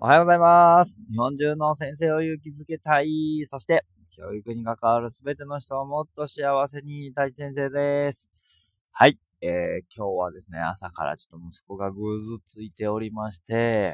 おはようございます。日本中の先生を勇気づけたい。そして、教育に関わるすべての人をもっと幸せにしたい先生です。はい。今日はですね、朝からちょっと息子がぐずついておりまして、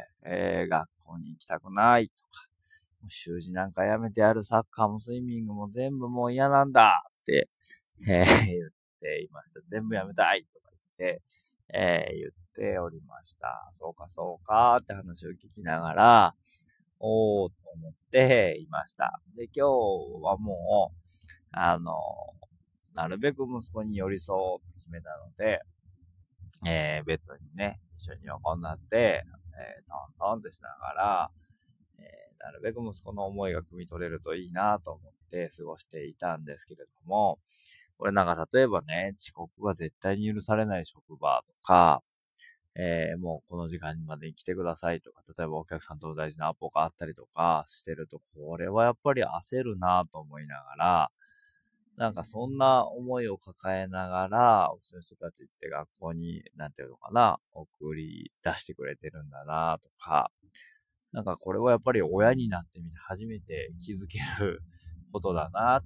学校に行きたくないとか、習字なんかやめてやる、サッカーもスイミングも全部もう嫌なんだって、言っていました。全部やめたいとか言って、言っておりました。そうかそうかって話を聞きながら、おーと思っていました。で、今日はもう、なるべく息子に寄り添おうと決めたので、ベッドにね、一緒に横になって、トントンとしながら、なるべく息子の思いが汲み取れるといいなと思って過ごしていたんですけれども、これなんか例えばね、遅刻が絶対に許されない職場とか、もうこの時間までに来てくださいとか、例えばお客さんと大事なアポがあったりとかしてると、これはやっぱり焦るなと思いながら、なんかそんな思いを抱えながら、うちの人たちって学校に、なんていうのかな、送り出してくれてるんだなとか、なんかこれはやっぱり親になってみて初めて気づけることだなって、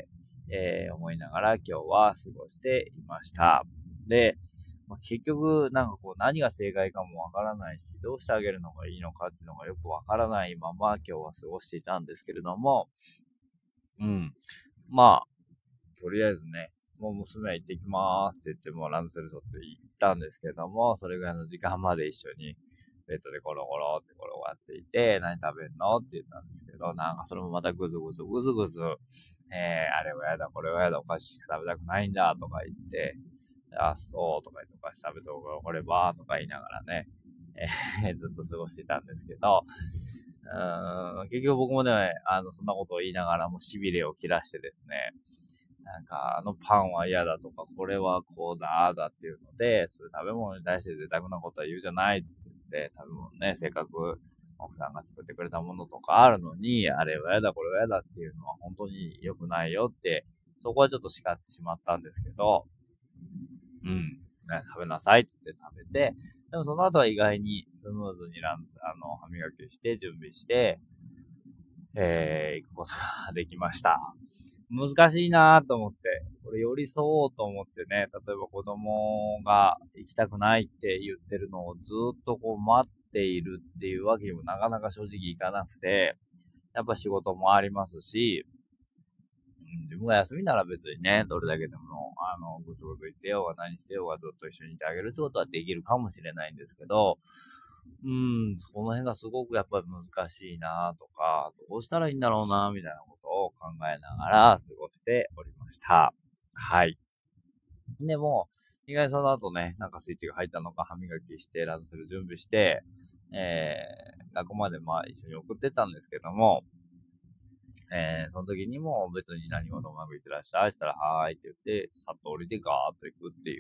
思いながら今日は過ごしていました。で、結局なんかこう何が正解かもわからないし、どうしてあげるのがいいのかっていうのがよくわからないまま今日は過ごしていたんですけれども、まあ、とりあえずね、もう娘は行ってきまーすって言ってもランドセル取って行ったんですけども、それぐらいの時間まで一緒にベッドでゴロゴロって転がっていて、何食べるのって言ったんですけど、なんかそれもまたぐずぐず、あれはやだ、これはやだ、お菓子しか食べたくないんだとか言って、あ、そうとか言ってお菓子食べてこればとか言いながらね、ずっと過ごしていたんですけど、結局僕もね、そんなことを言いながらも痺れを切らしてですね、なんか、パンは嫌だとか、これはこうだ、っていうので、そういう食べ物に対して贅沢なことは言うじゃないっつって言って、食べ物ね、せっかく奥さんが作ってくれたものとかあるのに、あれは嫌だ、これは嫌だっていうのは本当に良くないよって、そこはちょっと叱ってしまったんですけど、食べなさいっつって食べて、でもその後は意外にスムーズに歯磨きして準備して、行くことができました。難しいなと思って、これ寄り添おうと思ってね、例えば子供が行きたくないって言ってるのをずっとこう待っているっていうわけにもなかなか正直いかなくて、やっぱ仕事もありますし、自分が休みなら別にね、どれだけでも、ぐつぐつ言ってようが何してようがずっと一緒にいてあげるってことはできるかもしれないんですけど、その辺がすごくやっぱり難しいなとか、どうしたらいいんだろうなみたいなことを考えながら過ごしておりました。はい。でも、意外にその後ね、なんかスイッチが入ったのか歯磨きして、ランドセル準備して、学校まで一緒に送ってたんですけども、その時にも別に何事もうまくいってらっしゃいって言ったら、はーいって言って、さっと降りてガーッと行くっていう、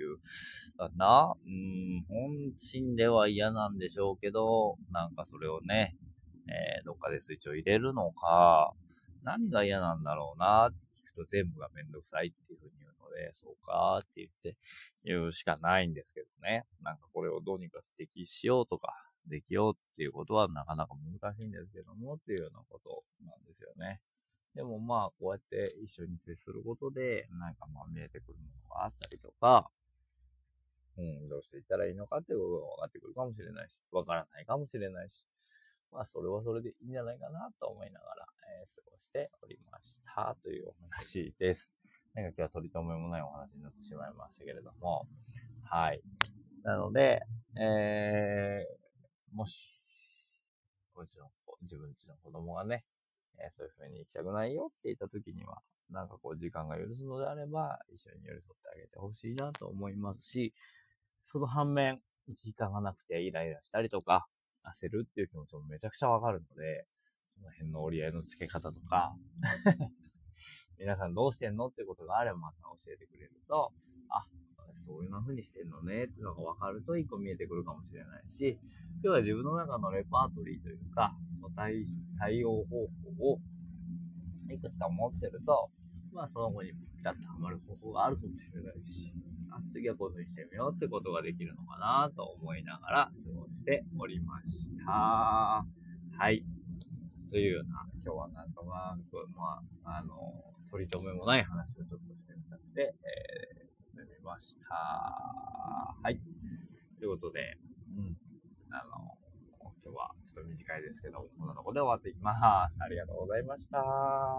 本心では嫌なんでしょうけど、なんかそれをね、どっかでスイッチを入れるのか、何が嫌なんだろうなって聞くと全部がめんどくさいっていう風に言うので、そうかって言うしかないんですけどね。なんかこれをどうにか指摘しようとか、できようっていうことはなかなか難しいんですけどもっていうようなことなんですよね。でもこうやって一緒に接することで、なんか見えてくるものがあったりとか、どうしていったらいいのかっていうことが分かってくるかもしれないし、分からないかもしれないし、それはそれでいいんじゃないかなと思いながら、過ごしておりましたというお話です。なんか今日は取り留めもないお話になってしまいましたけれども、はい。なので、もし、自分ちの子供がね、そういう風に行きたくないよって言った時には、なんかこう時間が許すのであれば、一緒に寄り添ってあげてほしいなと思いますし、その反面、時間がなくてイライラしたりとか、焦るっていう気持ちもめちゃくちゃわかるので、その辺の折り合いのつけ方とか、皆さんどうしてんのってことがあればまた教えてくれると、そういう風にしてんのねっていうのが分かると一個見えてくるかもしれないし、要は自分の中のレパートリーというか、対応方法をいくつか持ってると、その後にピタッとハマる方法があるかもしれないし、次はこういう風にしてみようってことができるのかなと思いながら過ごしておりました。ははい。というような、今日はなんとなく、取り留めもない話をちょっとしてみたくて、ちょっとみました。はい。ということで、今日はちょっと短いですけど、こんなところで終わっていきます。ありがとうございました。